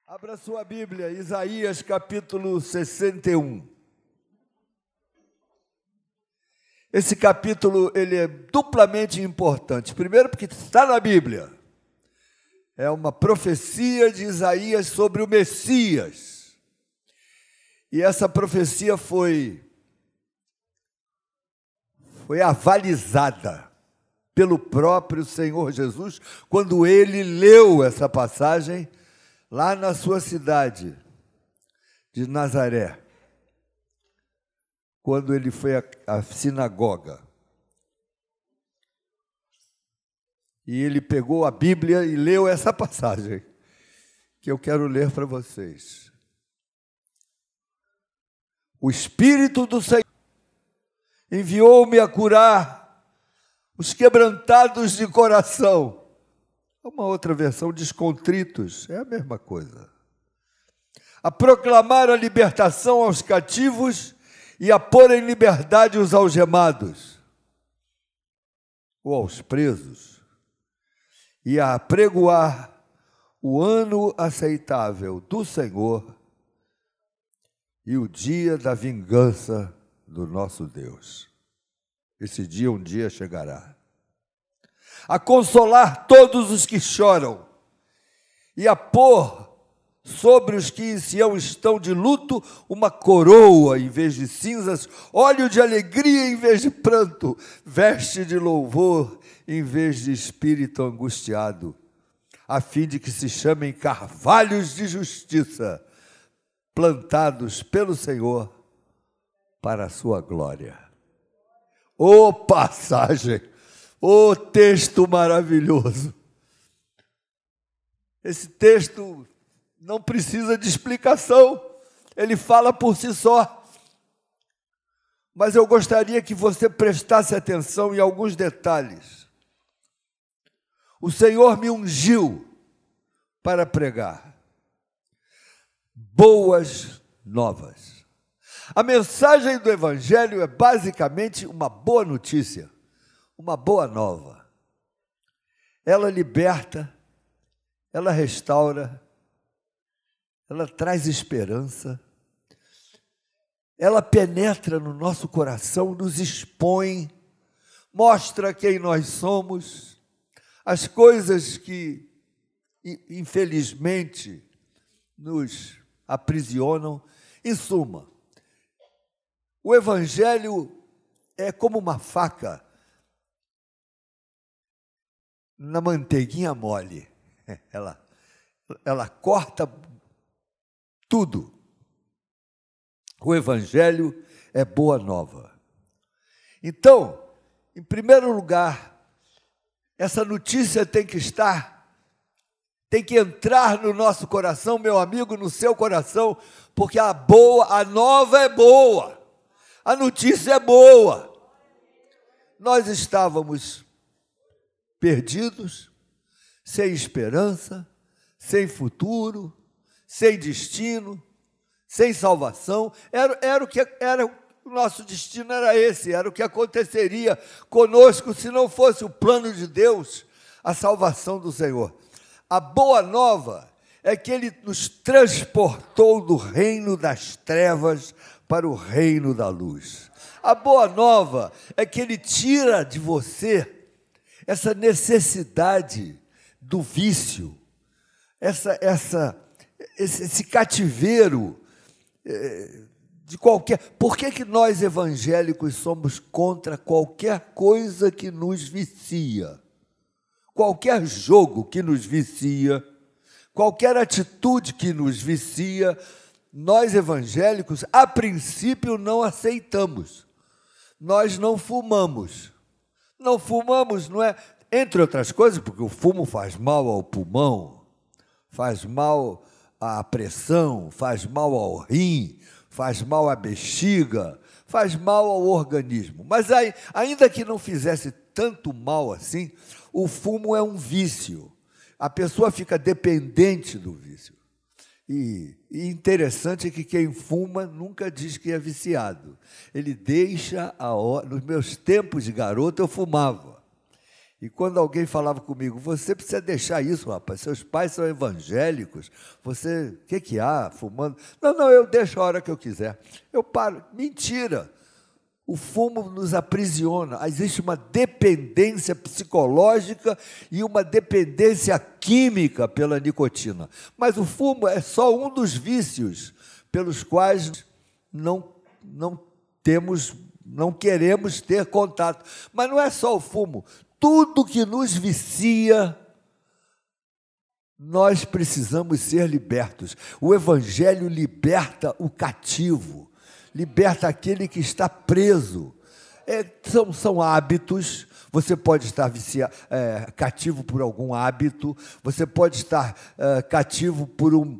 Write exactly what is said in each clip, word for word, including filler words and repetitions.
Abra sua Bíblia, Isaías capítulo sessenta e um. Esse capítulo ele é duplamente importante. Primeiro porque está na Bíblia. É uma profecia de Isaías sobre o Messias. E essa profecia foi, foi avalizada pelo próprio Senhor Jesus, quando ele leu essa passagem lá na sua cidade de Nazaré, quando ele foi à, à sinagoga. E ele pegou a Bíblia e leu essa passagem, que eu quero ler para vocês. O Espírito do Senhor enviou-me a curar os quebrantados de coração. Uma outra versão, descontritos, é a mesma coisa. A proclamar a libertação aos cativos e a pôr em liberdade os algemados, ou aos presos, e a apregoar o ano aceitável do Senhor e o dia da vingança do nosso Deus. Esse dia um dia chegará. A consolar todos os que choram e a pôr sobre os que em Sião estão de luto uma coroa em vez de cinzas, óleo de alegria em vez de pranto, veste de louvor em vez de espírito angustiado, a fim de que se chamem carvalhos de justiça, plantados pelo Senhor para a sua glória. Ô passagem! Ô texto maravilhoso! Esse texto não precisa de explicação, ele fala por si só. Mas eu gostaria que você prestasse atenção em alguns detalhes. O Senhor me ungiu para pregar boas novas. A mensagem do Evangelho é basicamente uma boa notícia. Uma boa nova. Ela liberta, ela restaura, ela traz esperança, ela penetra no nosso coração, nos expõe, mostra quem nós somos, as coisas que, infelizmente, nos aprisionam. Em suma, o Evangelho é como uma faca na manteiguinha mole, ela, ela corta tudo. O Evangelho é boa nova. Então, em primeiro lugar, essa notícia tem que estar, tem que entrar no nosso coração, meu amigo, no seu coração, porque a boa, a nova é boa, a notícia é boa. Nós estávamos perdidos, sem esperança, sem futuro, sem destino, sem salvação. Era, era o que era o nosso destino, era esse, era o que aconteceria conosco se não fosse o plano de Deus, a salvação do Senhor. A boa nova é que Ele nos transportou do reino das trevas para o reino da luz. A boa nova é que Ele tira de você essa necessidade do vício, essa, essa, esse, esse cativeiro é, de qualquer... Por que que nós evangélicos somos contra qualquer coisa que nos vicia? Qualquer jogo que nos vicia, qualquer atitude que nos vicia, nós evangélicos, a princípio, não aceitamos. Nós não fumamos. Não fumamos, não é? Entre outras coisas, porque o fumo faz mal ao pulmão, faz mal à pressão, faz mal ao rim, faz mal à bexiga, faz mal ao organismo. Mas aí, ainda que não fizesse tanto mal assim, o fumo é um vício. A pessoa fica dependente do vício. E, e interessante é que quem fuma nunca diz que é viciado. Ele deixa a hora. Nos meus tempos de garoto eu fumava. E quando alguém falava comigo, você precisa deixar isso, rapaz, seus pais são evangélicos, você, o que que há, fumando? Não, não, eu deixo a hora que eu quiser. Eu paro. Mentira! O fumo nos aprisiona, existe uma dependência psicológica e uma dependência química pela nicotina. Mas o fumo é só um dos vícios pelos quais não, não temos, não queremos ter contato. Mas não é só o fumo, tudo que nos vicia, nós precisamos ser libertos. O Evangelho liberta o cativo, liberta aquele que está preso. É, são, são hábitos, você pode estar vicia, é, cativo por algum hábito, você pode estar é, cativo por, um,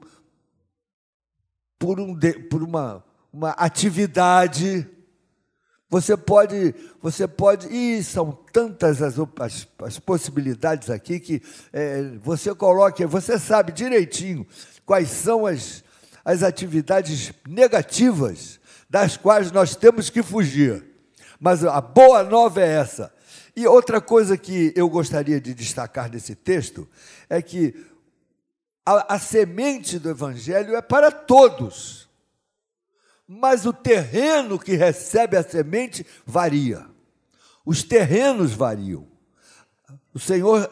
por, um, por uma, uma atividade, você pode, você pode, e são tantas as, as, as possibilidades aqui que é, você coloca, você sabe direitinho quais são as, as atividades negativas das quais nós temos que fugir. Mas a boa nova é essa. E outra coisa que eu gostaria de destacar nesse texto é que a, a semente do Evangelho é para todos, mas o terreno que recebe a semente varia. Os terrenos variam. O Senhor,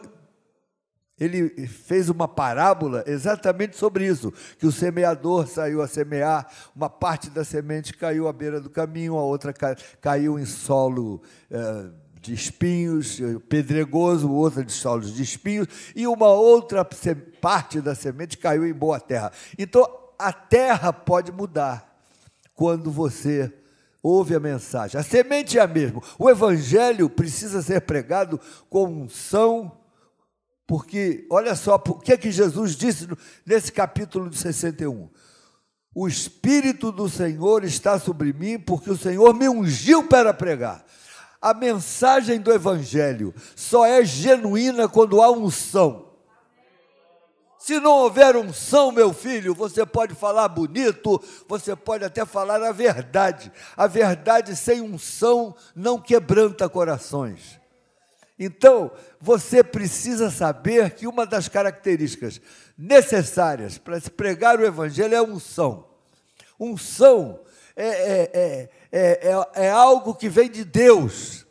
Ele fez uma parábola exatamente sobre isso, que o semeador saiu a semear, uma parte da semente caiu à beira do caminho, a outra caiu em solo eh, de espinhos, pedregoso, outra de solos de espinhos, e uma outra parte da semente caiu em boa terra. Então, a terra pode mudar quando você ouve a mensagem. A semente é a mesma. O Evangelho precisa ser pregado com unção, porque, olha só, o que é que Jesus disse nesse capítulo de sessenta e um? O Espírito do Senhor está sobre mim, porque o Senhor me ungiu para pregar. A mensagem do Evangelho só é genuína quando há unção. Se não houver unção, meu filho, você pode falar bonito, você pode até falar a verdade. A verdade sem unção não quebranta corações. Então, você precisa saber que uma das características necessárias para se pregar o Evangelho é a unção. Unção é, é, é, é, é, é algo que vem de Deus.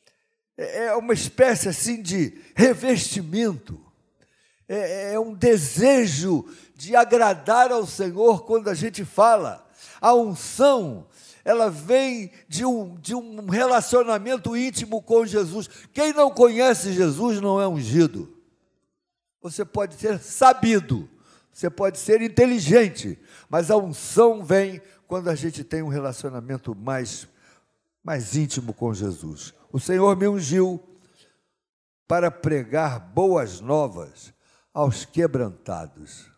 É uma espécie assim de revestimento. É, é um desejo de agradar ao Senhor quando a gente fala. A unção, ela vem de um, de um relacionamento íntimo com Jesus. Quem não conhece Jesus não é ungido. Você pode ser sabido, você pode ser inteligente, mas a unção vem quando a gente tem um relacionamento mais, mais íntimo com Jesus. O Senhor me ungiu para pregar boas novas aos quebrantados.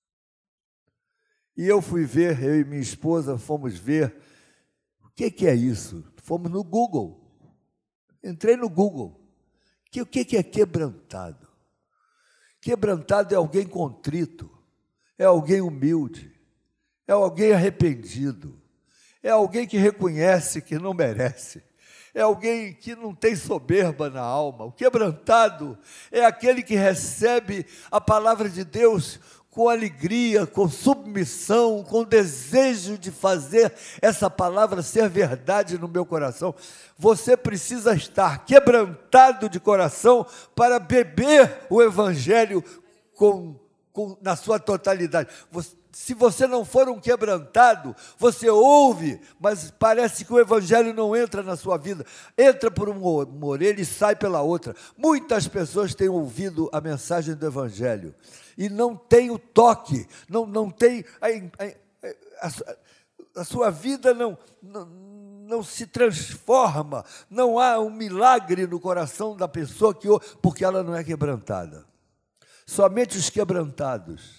E eu fui ver, eu e minha esposa fomos ver, o que, que é isso? Fomos no Google, entrei no Google, que, o que, que é quebrantado? Quebrantado é alguém contrito, é alguém humilde, é alguém arrependido, é alguém que reconhece que não merece, é alguém que não tem soberba na alma. O quebrantado é aquele que recebe a palavra de Deus com alegria, com submissão, com desejo de fazer essa palavra ser verdade no meu coração. Você precisa estar quebrantado de coração para beber o Evangelho com, com, na sua totalidade. Você, se você não for um quebrantado, você ouve, mas parece que o Evangelho não entra na sua vida. Entra por uma, uma orelha e sai pela outra. Muitas pessoas têm ouvido a mensagem do Evangelho e não tem o toque, não, não tem, a, a, a, a sua vida não, não, não se transforma, não há um milagre no coração da pessoa, que, porque ela não é quebrantada. Somente os quebrantados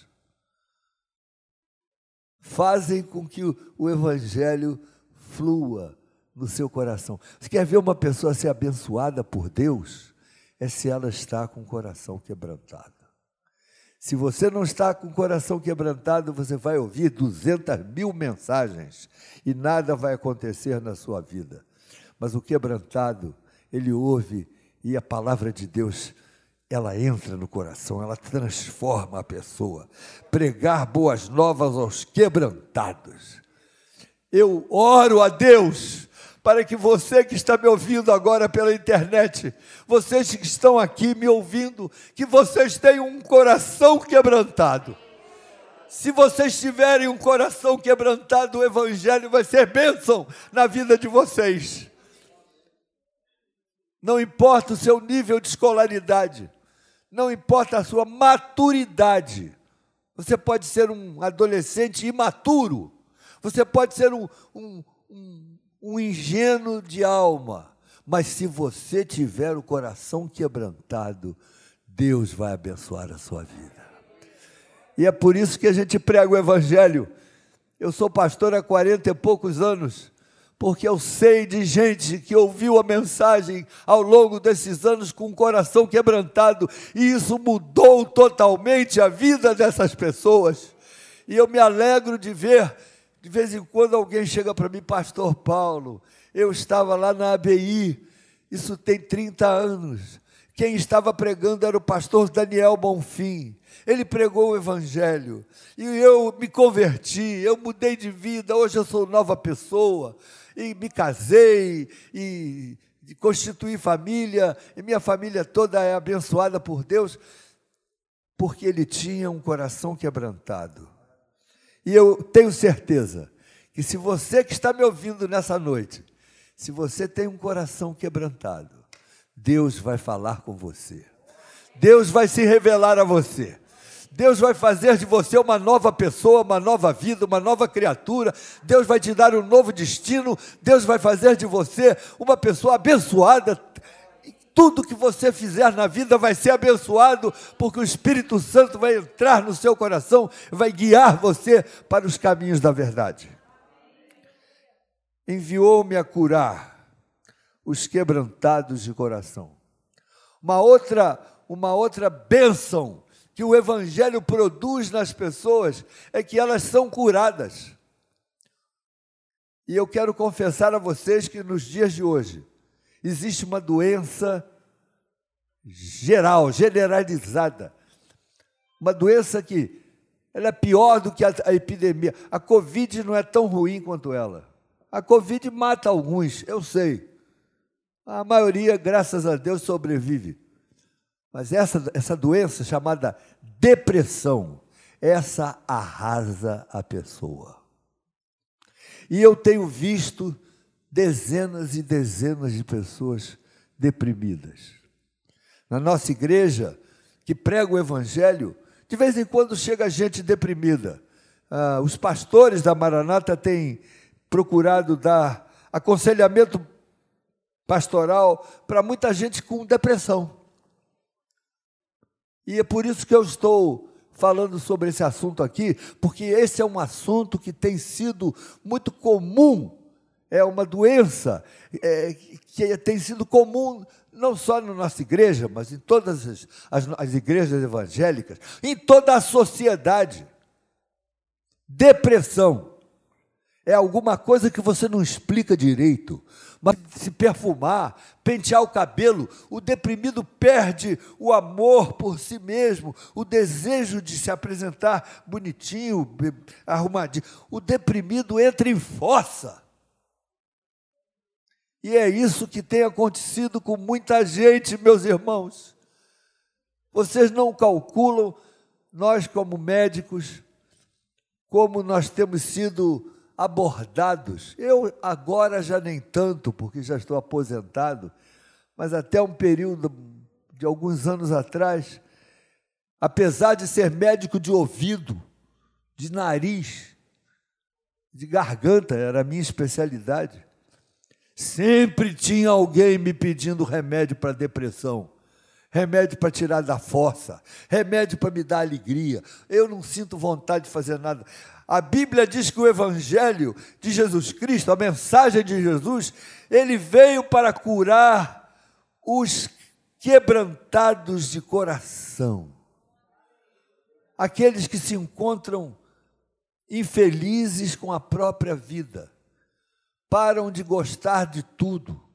fazem com que o, o Evangelho flua no seu coração. Você quer ver uma pessoa ser abençoada por Deus? É se ela está com o coração quebrantado. Se você não está com o coração quebrantado, você vai ouvir duzentas mil mensagens e nada vai acontecer na sua vida. Mas o quebrantado, ele ouve e a palavra de Deus, ela entra no coração, ela transforma a pessoa. Pregar boas novas aos quebrantados. Eu oro a Deus para que você que está me ouvindo agora pela internet, vocês que estão aqui me ouvindo, que vocês tenham um coração quebrantado. Se vocês tiverem um coração quebrantado, o Evangelho vai ser bênção na vida de vocês. Não importa o seu nível de escolaridade, não importa a sua maturidade. Você pode ser um adolescente imaturo, você pode ser um, um, um, um ingênuo de alma, mas se você tiver o coração quebrantado, Deus vai abençoar a sua vida. E é por isso que a gente prega o Evangelho. Eu sou pastor há quarenta e poucos anos, porque eu sei de gente que ouviu a mensagem ao longo desses anos com o coração quebrantado, e isso mudou totalmente a vida dessas pessoas. E eu me alegro de ver, de vez em quando alguém chega para mim, pastor Paulo, eu estava lá na A B I, isso tem trinta anos, quem estava pregando era o pastor Daniel Bonfim. Ele pregou o Evangelho, e eu me converti, eu mudei de vida, hoje eu sou nova pessoa, e me casei, e constituí família, e minha família toda é abençoada por Deus, porque ele tinha um coração quebrantado. E eu tenho certeza que se você que está me ouvindo nessa noite, se você tem um coração quebrantado, Deus vai falar com você, Deus vai se revelar a você, Deus vai fazer de você uma nova pessoa, uma nova vida, uma nova criatura. Deus vai te dar um novo destino. Deus vai fazer de você uma pessoa abençoada. Tudo que você fizer na vida vai ser abençoado, porque o Espírito Santo vai entrar no seu coração, vai guiar você para os caminhos da verdade. Enviou-me a curar os quebrantados de coração. Uma outra, uma outra bênção que o Evangelho produz nas pessoas é que elas são curadas. E eu quero confessar a vocês que nos dias de hoje existe uma doença geral, generalizada, uma doença que ela é pior do que a, a epidemia. A Covid não é tão ruim quanto ela. A Covid mata alguns, eu sei. A maioria, graças a Deus, sobrevive. Mas essa, essa doença chamada depressão, essa arrasa a pessoa. E eu tenho visto dezenas e dezenas de pessoas deprimidas. Na nossa igreja, que prega o Evangelho, de vez em quando chega gente deprimida. Ah, os pastores da Maranata têm procurado dar aconselhamento pastoral para muita gente com depressão. E é por isso que eu estou falando sobre esse assunto aqui, porque esse é um assunto que tem sido muito comum, é uma doença é, que tem sido comum não só na nossa igreja, mas em todas as, as, as igrejas evangélicas, em toda a sociedade. Depressão é alguma coisa que você não explica direito, mas se perfumar, pentear o cabelo, o deprimido perde o amor por si mesmo, o desejo de se apresentar bonitinho, arrumadinho. O deprimido entra em fossa. E é isso que tem acontecido com muita gente, meus irmãos. Vocês não calculam, nós como médicos, como nós temos sido abordados. Eu agora já nem tanto, porque já estou aposentado, mas até um período de alguns anos atrás, apesar de ser médico de ouvido, de nariz, de garganta, era a minha especialidade, sempre tinha alguém me pedindo remédio para depressão, remédio para tirar da fossa, remédio para me dar alegria. Eu não sinto vontade de fazer nada. A Bíblia diz que o Evangelho de Jesus Cristo, a mensagem de Jesus, ele veio para curar os quebrantados de coração, aqueles que se encontram infelizes com a própria vida, param de gostar de tudo,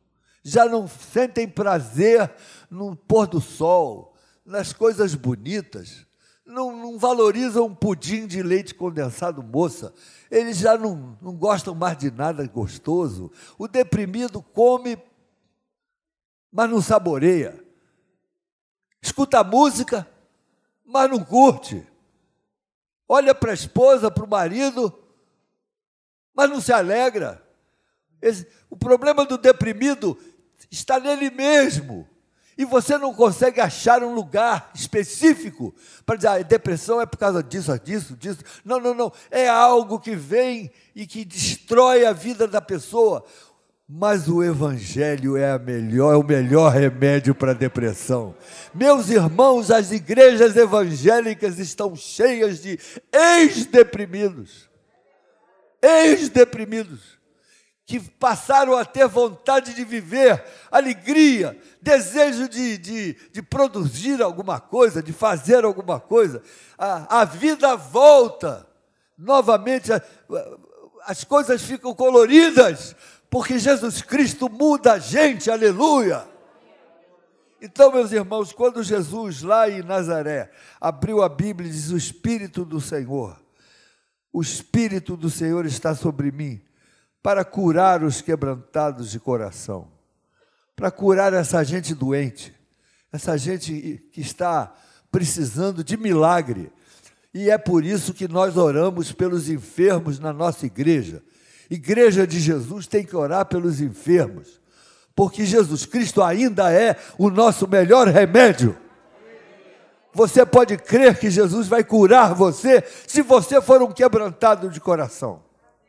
já não sentem prazer no pôr do sol, nas coisas bonitas, não, não valorizam um pudim de leite condensado moça, eles já não, não gostam mais de nada gostoso. O deprimido come, mas não saboreia. Escuta a música, mas não curte. Olha para a esposa, para o marido, mas não se alegra. Esse, o problema do deprimido está nele mesmo. E você não consegue achar um lugar específico para dizer, ah, depressão é por causa disso, disso, disso. Não, não, não. É algo que vem e que destrói a vida da pessoa. Mas o Evangelho é, a melhor, é o melhor remédio para a depressão. Meus irmãos, as igrejas evangélicas estão cheias de ex-deprimidos. Ex-deprimidos. Que passaram a ter vontade de viver, alegria, desejo de, de, de produzir alguma coisa, de fazer alguma coisa. A, a vida volta. Novamente, a, as coisas ficam coloridas, porque Jesus Cristo muda a gente, aleluia. Então, meus irmãos, quando Jesus, lá em Nazaré, abriu a Bíblia e diz, o Espírito do Senhor, o Espírito do Senhor está sobre mim, para curar os quebrantados de coração, para curar essa gente doente, essa gente que está precisando de milagre. E é por isso que nós oramos pelos enfermos na nossa igreja. Igreja de Jesus tem que orar pelos enfermos, porque Jesus Cristo ainda é o nosso melhor remédio. Você pode crer que Jesus vai curar você, se você for um quebrantado de coração.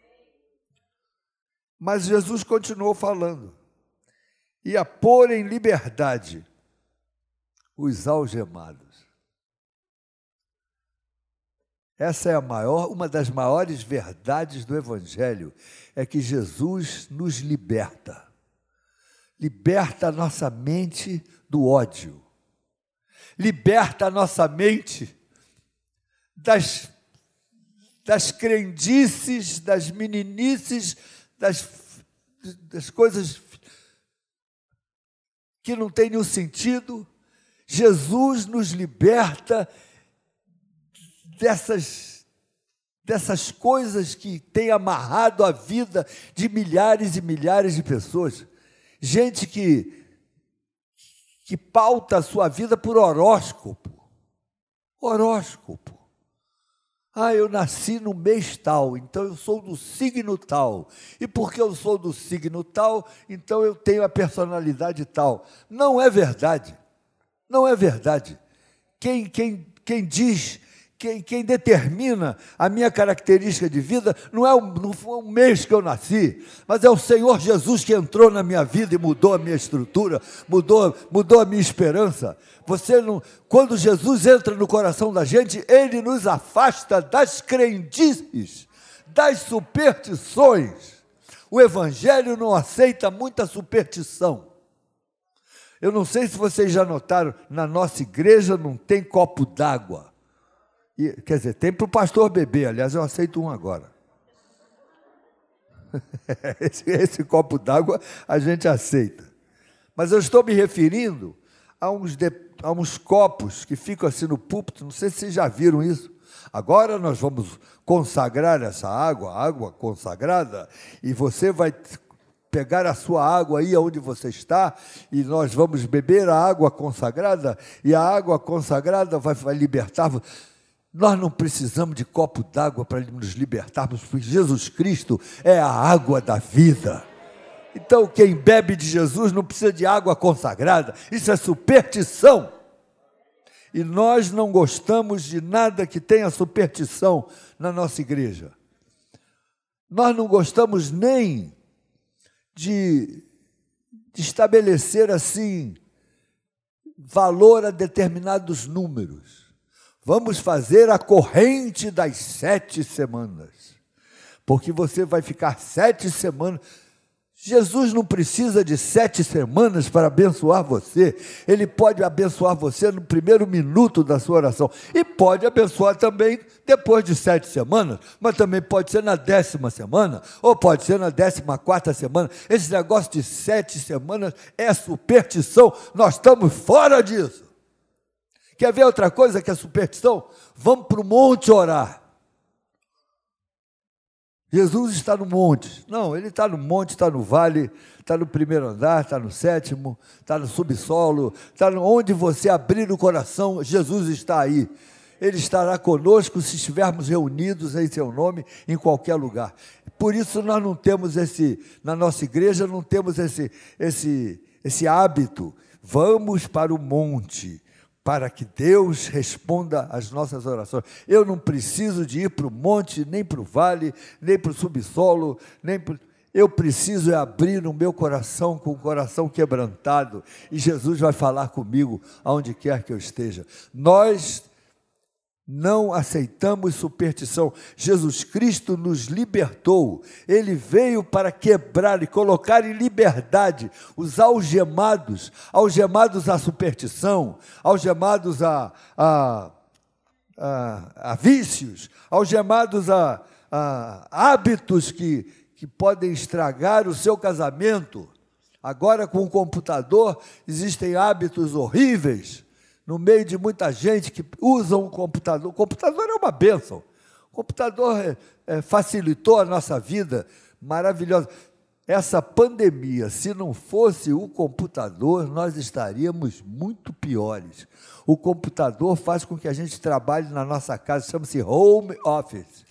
Mas Jesus continuou falando, e a pôr em liberdade os algemados. Essa é a maior, uma das maiores verdades do Evangelho, é que Jesus nos liberta. Liberta a nossa mente do ódio. Liberta a nossa mente das, das crendices, das meninices, Das, das coisas que não têm nenhum sentido. Jesus nos liberta dessas, dessas coisas que têm amarrado a vida de milhares e milhares de pessoas. Gente que, que pauta a sua vida por horóscopo. Horóscopo. Ah, eu nasci no mês tal, então eu sou do signo tal. E porque eu sou do signo tal, então eu tenho a personalidade tal. Não é verdade. Não é verdade. Quem, quem, quem diz, quem, quem determina a minha característica de vida não é o, não foi o mês que eu nasci, mas é o Senhor Jesus que entrou na minha vida e mudou a minha estrutura, mudou, mudou a minha esperança. Você não, quando Jesus entra no coração da gente, Ele nos afasta das crendices, das superstições. O Evangelho não aceita muita superstição. Eu não sei se vocês já notaram, na nossa igreja não tem copo d'água. E, quer dizer, tem para o pastor beber, aliás, eu aceito um agora. Esse, esse copo d'água a gente aceita. Mas eu estou me referindo a uns, de, a uns copos que ficam assim no púlpito, não sei se vocês já viram isso. Agora nós vamos consagrar essa água, água consagrada, e você vai pegar a sua água aí onde você está, e nós vamos beber a água consagrada, e a água consagrada vai, vai libertar. Nós não precisamos de copo d'água para nos libertarmos, porque Jesus Cristo é a água da vida. Então, quem bebe de Jesus não precisa de água consagrada, isso é superstição. E nós não gostamos de nada que tenha superstição na nossa igreja. Nós não gostamos nem de, de estabelecer assim valor a determinados números. Vamos fazer a corrente das sete semanas, porque você vai ficar sete semanas. Jesus não precisa de sete semanas para abençoar você. Ele pode abençoar você no primeiro minuto da sua oração. E pode abençoar também depois de sete semanas, mas também pode ser na décima semana, ou pode ser na décima quarta semana. Esse negócio de sete semanas é superstição. Nós estamos fora disso. Quer ver outra coisa que é superstição? Vamos para o monte orar. Jesus está no monte. Não, ele está no monte, está no vale, está no primeiro andar, está no sétimo, está no subsolo, está onde você abrir o coração, Jesus está aí. Ele estará conosco se estivermos reunidos em seu nome, em qualquer lugar. Por isso nós não temos esse, na nossa igreja, não temos esse, esse, esse hábito. Vamos para o monte, para que Deus responda às nossas orações. Eu não preciso de ir para o monte, nem para o vale, nem para o subsolo, nem para... Eu preciso é abrir o meu coração com o coração quebrantado, e Jesus vai falar comigo aonde quer que eu esteja. Nós não aceitamos superstição. Jesus Cristo nos libertou. Ele veio para quebrar e colocar em liberdade os algemados, algemados à superstição, algemados a, a, a, a vícios, algemados a, a hábitos que, que podem estragar o seu casamento. Agora, com o computador, existem hábitos horríveis, no meio de muita gente que usa um computador. O computador é uma bênção. O computador é, é, facilitou a nossa vida, maravilhosa. Essa pandemia, se não fosse o computador, nós estaríamos muito piores. O computador faz com que a gente trabalhe na nossa casa, chama-se home office.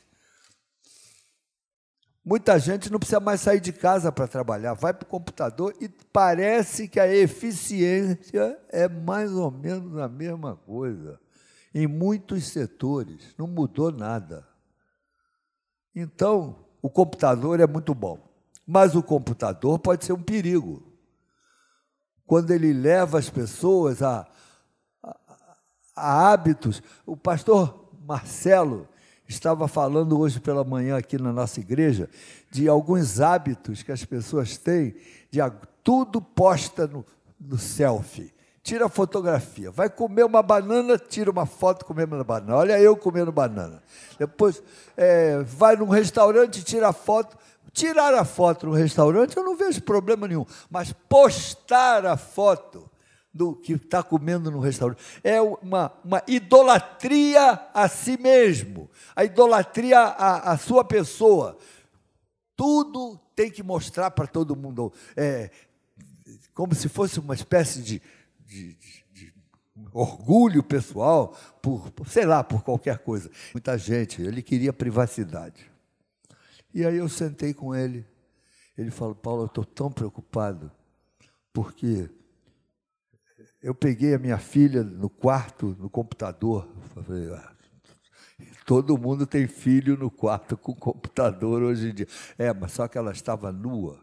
Muita gente não precisa mais sair de casa para trabalhar, vai para o computador e parece que a eficiência é mais ou menos a mesma coisa. Em muitos setores, não mudou nada. Então, o computador é muito bom, mas o computador pode ser um perigo. Quando ele leva as pessoas a, a, a hábitos. O pastor Marcelo estava falando hoje pela manhã aqui na nossa igreja de alguns hábitos que as pessoas têm, de tudo posta no, no selfie. Tira fotografia, vai comer uma banana, tira uma foto comendo uma banana. Olha eu comendo banana. Depois é, vai num restaurante, tira a foto. Tirar a foto no restaurante eu não vejo problema nenhum, mas postar a foto do que está comendo no restaurante é uma, uma idolatria a si mesmo, a idolatria à, à sua pessoa. Tudo tem que mostrar para todo mundo, é, como se fosse uma espécie de, de, de, de orgulho pessoal, por, por, sei lá, por qualquer coisa. Muita gente, ele queria privacidade. E aí eu sentei com ele, ele falou: Paulo, eu estou tão preocupado, porque eu peguei a minha filha no quarto, no computador. Eu falei, ah, todo mundo tem filho no quarto com computador hoje em dia. É, mas só que ela estava nua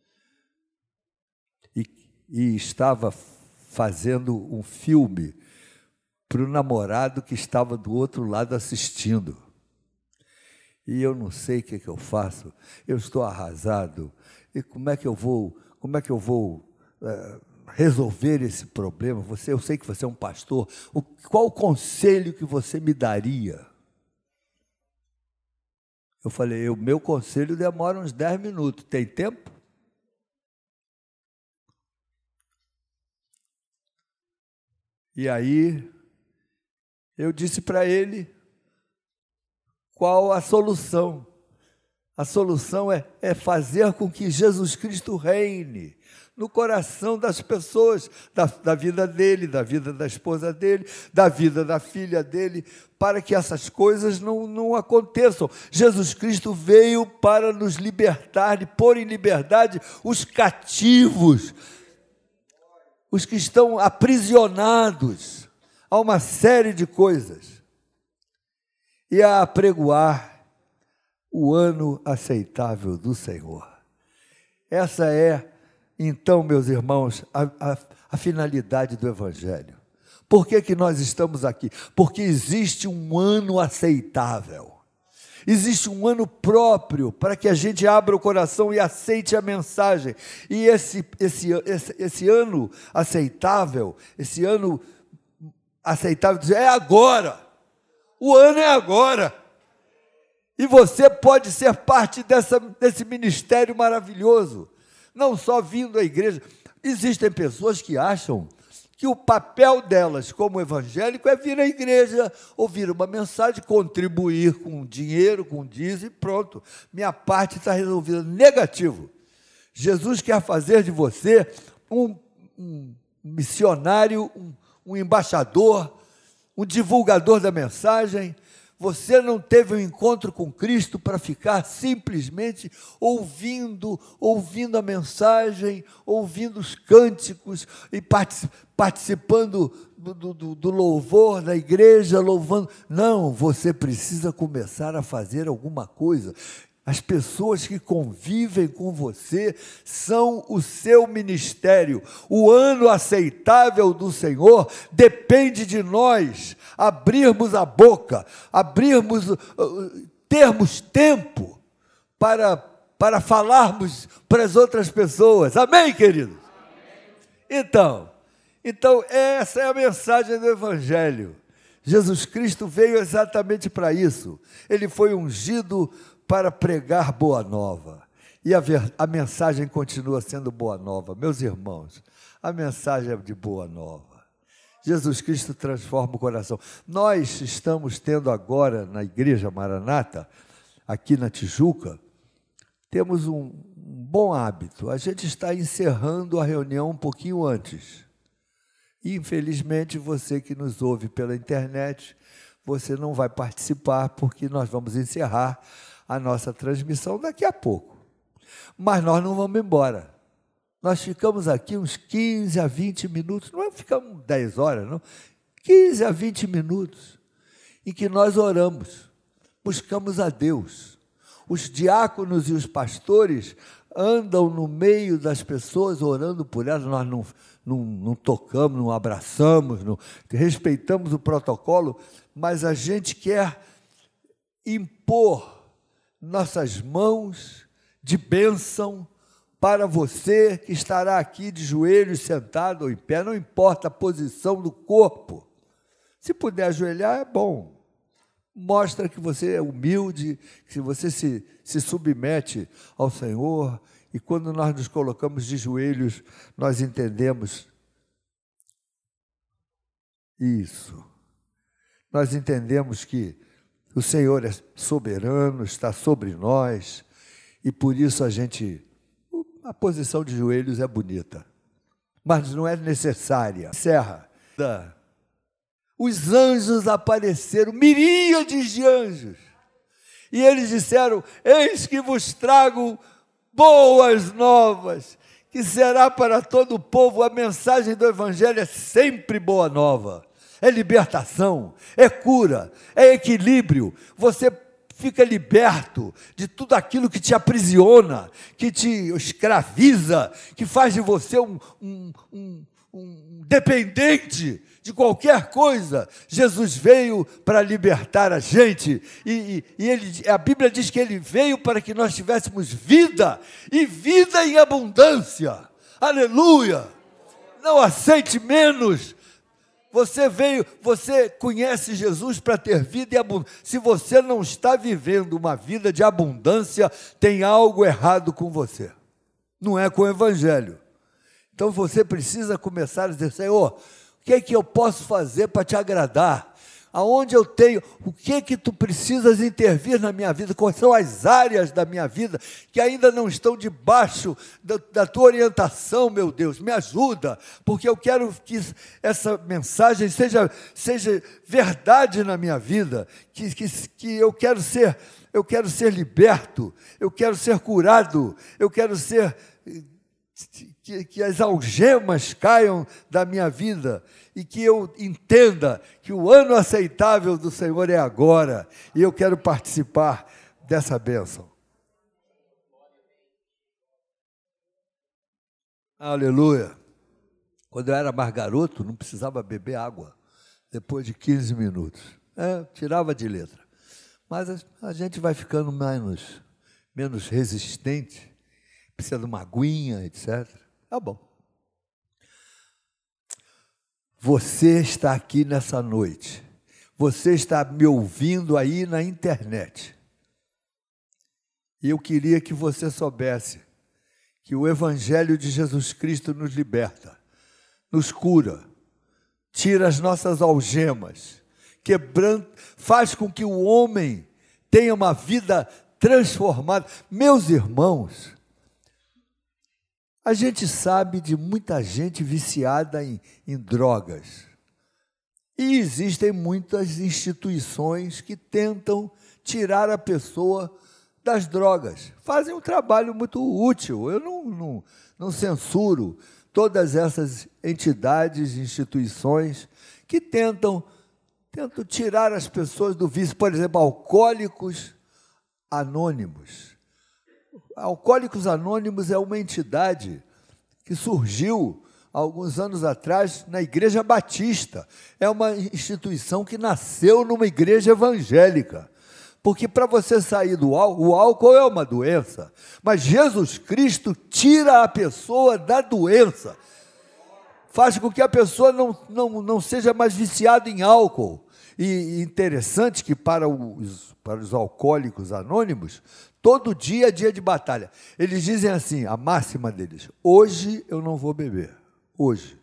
e, e estava fazendo um filme para o namorado que estava do outro lado assistindo. E eu não sei o que, é que eu faço, eu estou arrasado. E como é que eu vou, como é que eu vou é, resolver esse problema? Você, eu sei que você é um pastor. O, qual o conselho que você me daria? Eu falei, o meu conselho demora uns dez minutos. Tem tempo? E aí, eu disse para ele qual a solução. A solução é, é fazer com que Jesus Cristo reine no coração das pessoas, da, da vida dele, da vida da esposa dele, da vida da filha dele, para que essas coisas não, não aconteçam. Jesus Cristo veio para nos libertar e pôr em liberdade os cativos, os que estão aprisionados a uma série de coisas, e a apregoar o ano aceitável do Senhor. Essa é, então, meus irmãos, a, a, a finalidade do Evangelho. Por que que nós estamos aqui? Porque existe um ano aceitável. Existe um ano próprio para que a gente abra o coração e aceite a mensagem. E esse, esse, esse, esse ano aceitável, esse ano aceitável, é agora. O ano é agora. E você pode ser parte dessa, desse ministério maravilhoso. Não só vindo à igreja. Existem pessoas que acham que o papel delas como evangélico é vir à igreja, ouvir uma mensagem, contribuir com dinheiro, com dízimo e pronto. Minha parte está resolvida. Negativo. Jesus quer fazer de você um, um missionário, um, um embaixador, um divulgador da mensagem. Você não teve um encontro com Cristo para ficar simplesmente ouvindo, ouvindo a mensagem, ouvindo os cânticos e participando do, do, do louvor da igreja, louvando. Não, você precisa começar a fazer alguma coisa. As pessoas que convivem com você são o seu ministério. O ano aceitável do Senhor depende de nós abrirmos a boca, abrirmos, termos tempo para, para falarmos para as outras pessoas. Amém, queridos? Então, então, essa é a mensagem do Evangelho. Jesus Cristo veio exatamente para isso. Ele foi ungido para pregar boa nova. E a, ver, a mensagem continua sendo boa nova. Meus irmãos, a mensagem é de boa nova. Jesus Cristo transforma o coração. Nós estamos tendo agora, na Igreja Maranata, aqui na Tijuca, temos um, um bom hábito. A gente está encerrando a reunião um pouquinho antes. E, infelizmente, você que nos ouve pela internet, você não vai participar, porque nós vamos encerrar a nossa transmissão daqui a pouco. Mas nós não vamos embora. Nós ficamos aqui uns quinze a vinte minutos, não ficamos dez horas, não. quinze a vinte minutos, em que nós oramos, buscamos a Deus. Os diáconos e os pastores andam no meio das pessoas orando por elas. Nós não, não, não tocamos, não abraçamos, não, respeitamos o protocolo, mas a gente quer impor nossas mãos de bênção para você que estará aqui de joelhos, sentado ou em pé, não importa a posição do corpo. Se puder ajoelhar, é bom. Mostra que você é humilde, que você se, se submete ao Senhor. E quando nós nos colocamos de joelhos, nós entendemos isso. Nós entendemos que o Senhor é soberano, está sobre nós, e por isso a gente, a posição de joelhos é bonita, mas não é necessária. Encerra. Os anjos apareceram, miríades de anjos, e eles disseram: eis que vos trago boas novas, que será para todo o povo. A mensagem do Evangelho é sempre boa nova. É libertação, é cura, é equilíbrio. Você fica liberto de tudo aquilo que te aprisiona, que te escraviza, que faz de você um, um, um, um dependente de qualquer coisa. Jesus veio para libertar a gente. E, e, e ele, a Bíblia diz que ele veio para que nós tivéssemos vida, e vida em abundância. Aleluia! Não aceite menos. Você veio, você conhece Jesus para ter vida e abundância. Se você não está vivendo uma vida de abundância, tem algo errado com você. Não é com o Evangelho. Então você precisa começar a dizer: Senhor, o que é que eu posso fazer para te agradar? Aonde eu tenho, o que é que tu precisas intervir na minha vida? Quais são as áreas da minha vida que ainda não estão debaixo da, da tua orientação, meu Deus? Me ajuda, porque eu quero que essa mensagem seja, seja verdade na minha vida, que, que, que eu quero ser, eu quero ser liberto, eu quero ser curado, eu quero ser... Que, que as algemas caiam da minha vida e que eu entenda que o ano aceitável do Senhor é agora, e eu quero participar dessa bênção. Aleluia! Quando eu era mais garoto, não precisava beber água depois de quinze minutos. É, tirava de letra. mas a, a gente vai ficando menos, menos resistente, precisa de uma aguinha, etcétera. Tá bom. Você está aqui nessa noite. Você está me ouvindo aí na internet. E eu queria que você soubesse que o Evangelho de Jesus Cristo nos liberta, nos cura, tira as nossas algemas, quebrando, faz com que o homem tenha uma vida transformada. Meus irmãos, a gente sabe de muita gente viciada em, em drogas. E existem muitas instituições que tentam tirar a pessoa das drogas. Fazem um trabalho muito útil. Eu não, não, não censuro todas essas entidades, instituições que tentam, tentam tirar as pessoas do vício. Por exemplo, Alcoólicos Anônimos. Alcoólicos Anônimos é uma entidade que surgiu há alguns anos atrás na Igreja Batista. É uma instituição que nasceu numa igreja evangélica. Porque para você sair do álcool, o álcool é uma doença, mas Jesus Cristo tira a pessoa da doença, faz com que a pessoa não, não, não seja mais viciada em álcool. E interessante que para os, para os alcoólicos anônimos, todo dia é dia de batalha. Eles dizem assim, a máxima deles: hoje eu não vou beber, hoje.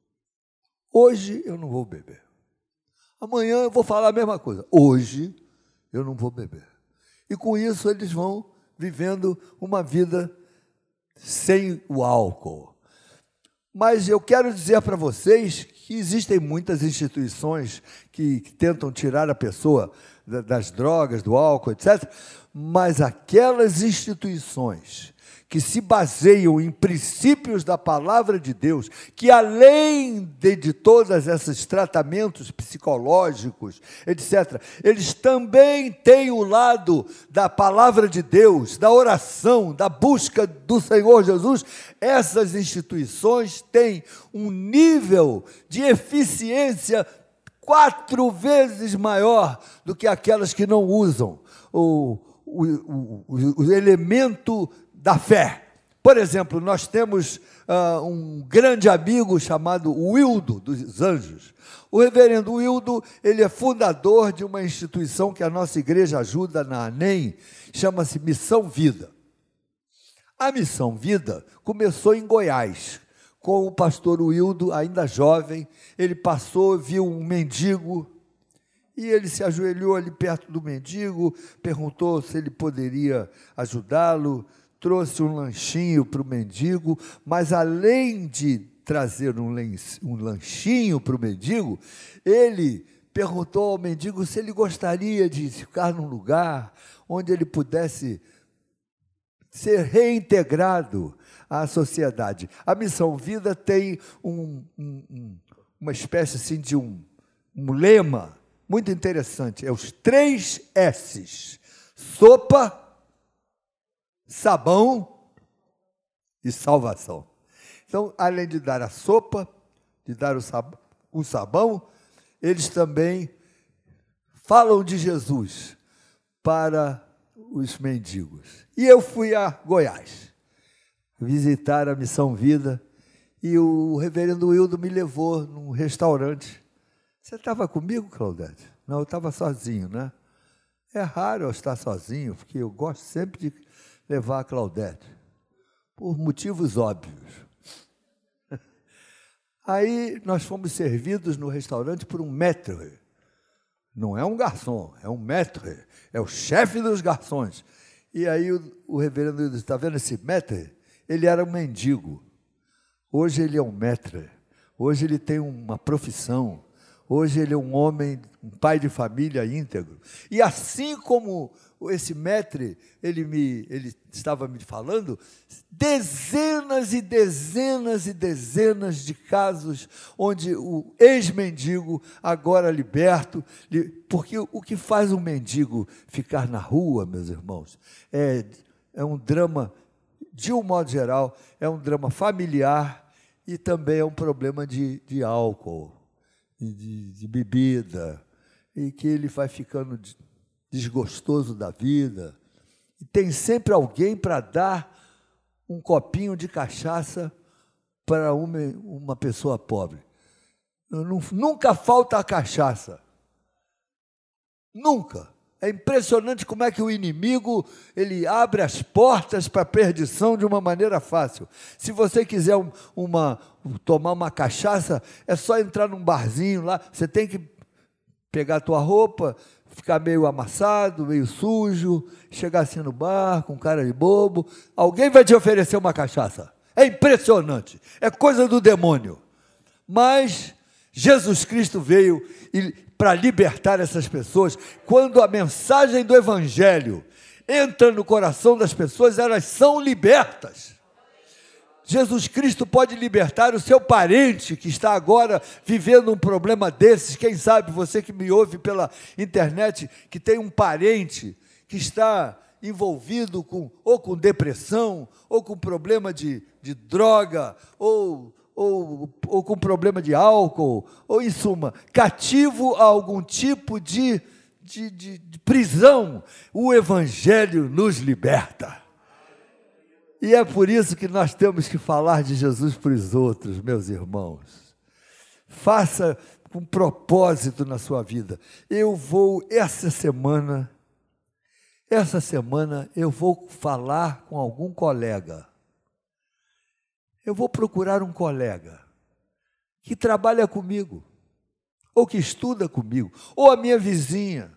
Hoje eu não vou beber. Amanhã eu vou falar a mesma coisa, hoje eu não vou beber. E com isso eles vão vivendo uma vida sem o álcool. Mas eu quero dizer para vocês que existem muitas instituições que, que tentam tirar a pessoa da, das drogas, do álcool, etcétera, mas aquelas instituições que se baseiam em princípios da palavra de Deus, que além de, de todos esses tratamentos psicológicos, etcétera, eles também têm o lado da palavra de Deus, da oração, da busca do Senhor Jesus. Essas instituições têm um nível de eficiência quatro vezes maior do que aquelas que não usam o, o, o, o elemento da fé. Por exemplo, nós temos uh, um grande amigo chamado Wildo dos Anjos. O reverendo Wildo, ele é fundador de uma instituição que a nossa igreja ajuda na ANEM, chama-se Missão Vida. A Missão Vida começou em Goiás, com o pastor Wildo, ainda jovem. Ele passou, viu um mendigo, e ele se ajoelhou ali perto do mendigo, perguntou se ele poderia ajudá-lo, trouxe um lanchinho para o mendigo, mas além de trazer um, um lanchinho para o mendigo, ele perguntou ao mendigo se ele gostaria de ficar num lugar onde ele pudesse ser reintegrado à sociedade. A Missão Vida tem um, um, uma espécie assim de um, um lema muito interessante, é os três S's: sopa, sabão e salvação. Então, além de dar a sopa, de dar o sabão, o sabão, eles também falam de Jesus para os mendigos. E eu fui a Goiás visitar a Missão Vida e o reverendo Wildo me levou num restaurante. Você estava comigo, Claudete? Não, eu estava sozinho, né? É raro eu estar sozinho, porque eu gosto sempre de levar a Claudete, por motivos óbvios. Aí nós fomos servidos no restaurante por um maître. Não é um garçom, é um maître, é o chefe dos garçons. E aí o, o reverendo disse: está vendo esse maître? Ele era um mendigo. Hoje ele é um maître. Hoje ele tem uma profissão. Hoje ele é um homem, um pai de família íntegro. E assim como esse maître, ele, me, ele estava me falando, dezenas e dezenas e dezenas de casos onde o ex-mendigo, agora liberto, porque o que faz um mendigo ficar na rua, meus irmãos, é, é um drama, de um modo geral, é um drama familiar e também é um problema de, de álcool, de, de bebida, e que ele vai ficando de, desgostoso da vida, e tem sempre alguém para dar um copinho de cachaça para uma, uma pessoa pobre. Nunca falta a cachaça. Nunca. É impressionante como é que o inimigo ele abre as portas para a perdição de uma maneira fácil. Se você quiser um, uma, tomar uma cachaça, é só entrar num barzinho lá, você tem que pegar a tua roupa, ficar meio amassado, meio sujo, chegar assim no bar com cara de bobo, alguém vai te oferecer uma cachaça. É impressionante, é coisa do demônio. Mas Jesus Cristo veio para libertar essas pessoas. Quando a mensagem do Evangelho entra no coração das pessoas, elas são libertas. Jesus Cristo pode libertar o seu parente que está agora vivendo um problema desses. Quem sabe você que me ouve pela internet, que tem um parente que está envolvido com, ou com depressão, ou com problema de, de droga, ou, ou, ou com problema de álcool, ou em suma, cativo a algum tipo de, de, de, de prisão. O Evangelho nos liberta. E é por isso que nós temos que falar de Jesus para os outros, meus irmãos. Faça com propósito na sua vida. Eu vou, essa semana, essa semana, eu vou falar com algum colega. Eu vou procurar um colega que trabalha comigo, ou que estuda comigo, ou a minha vizinha.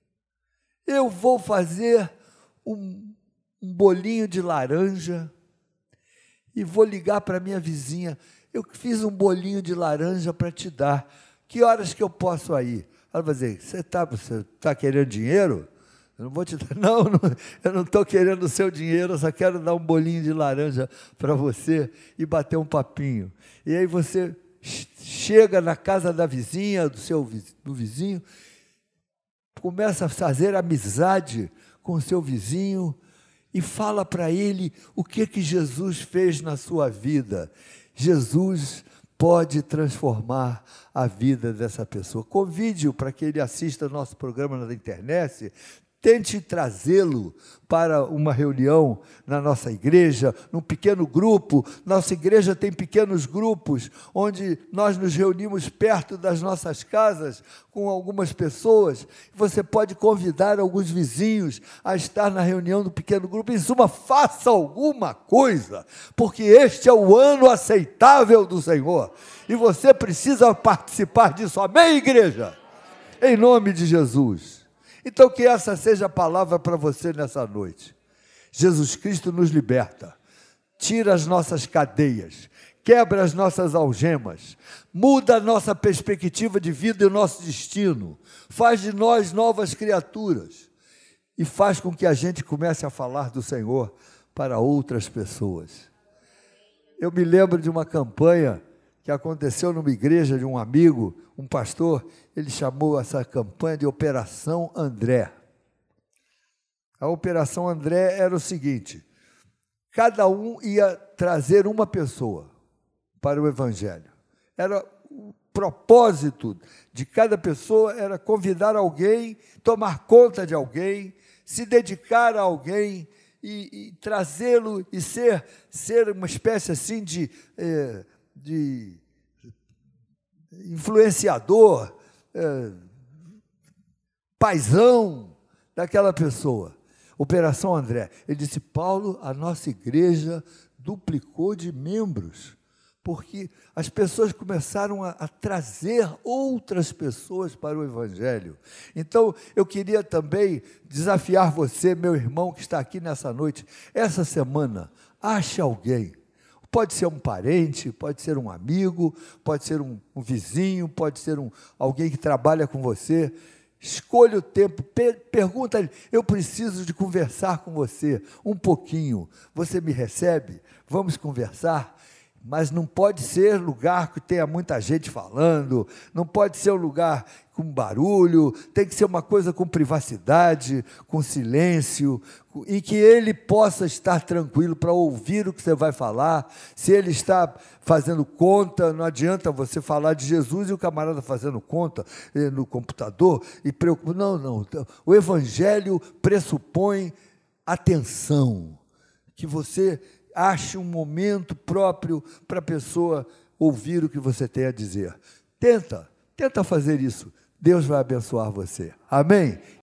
Eu vou fazer um um bolinho de laranja e vou ligar para minha vizinha. Eu fiz um bolinho de laranja para te dar. Que horas que eu posso ir? Ela vai dizer, você está você tá querendo dinheiro? Eu não vou te dar. Não, não eu não estou querendo o seu dinheiro, eu só quero dar um bolinho de laranja para você e bater um papinho. E aí você chega na casa da vizinha, do seu do vizinho, começa a fazer amizade com o seu vizinho, e fala para ele o que, que Jesus fez na sua vida. Jesus pode transformar a vida dessa pessoa. Convide-o para que ele assista nosso programa na internet. Tente trazê-lo para uma reunião na nossa igreja, num pequeno grupo. Nossa igreja tem pequenos grupos, onde nós nos reunimos perto das nossas casas, com algumas pessoas. Você pode convidar alguns vizinhos a estar na reunião do pequeno grupo. Em suma, faça alguma coisa, porque este é o ano aceitável do Senhor. E você precisa participar disso. Amém, igreja? Em nome de Jesus. Então, que essa seja a palavra para você nessa noite. Jesus Cristo nos liberta, tira as nossas cadeias, quebra as nossas algemas, muda a nossa perspectiva de vida e o nosso destino, faz de nós novas criaturas e faz com que a gente comece a falar do Senhor para outras pessoas. Eu me lembro de uma campanha que aconteceu numa igreja de um amigo, um pastor. Ele chamou essa campanha de Operação André. A Operação André era o seguinte: cada um ia trazer uma pessoa para o Evangelho. Era o propósito de cada pessoa, era convidar alguém, tomar conta de alguém, se dedicar a alguém e, e trazê-lo e ser, ser uma espécie assim de... Eh, de influenciador, é, paizão daquela pessoa. Operação André. Ele disse, Paulo, a nossa igreja duplicou de membros, porque as pessoas começaram a, a trazer outras pessoas para o Evangelho. Então, eu queria também desafiar você, meu irmão, que está aqui nessa noite, essa semana, ache alguém. Pode ser um parente, pode ser um amigo, pode ser um, um vizinho, pode ser um, alguém que trabalha com você. Escolha o tempo, per, pergunta-lhe, eu preciso de conversar com você um pouquinho. Você me recebe? Vamos conversar? Mas não pode ser lugar que tenha muita gente falando, não pode ser um lugar com barulho, tem que ser uma coisa com privacidade, com silêncio, em que ele possa estar tranquilo para ouvir o que você vai falar. Se ele está fazendo conta, não adianta você falar de Jesus e o camarada fazendo conta eh, no computador e preocupa. Não, não. O Evangelho pressupõe atenção, que você ache um momento próprio para a pessoa ouvir o que você tem a dizer. Tenta, tenta fazer isso. Deus vai abençoar você. Amém?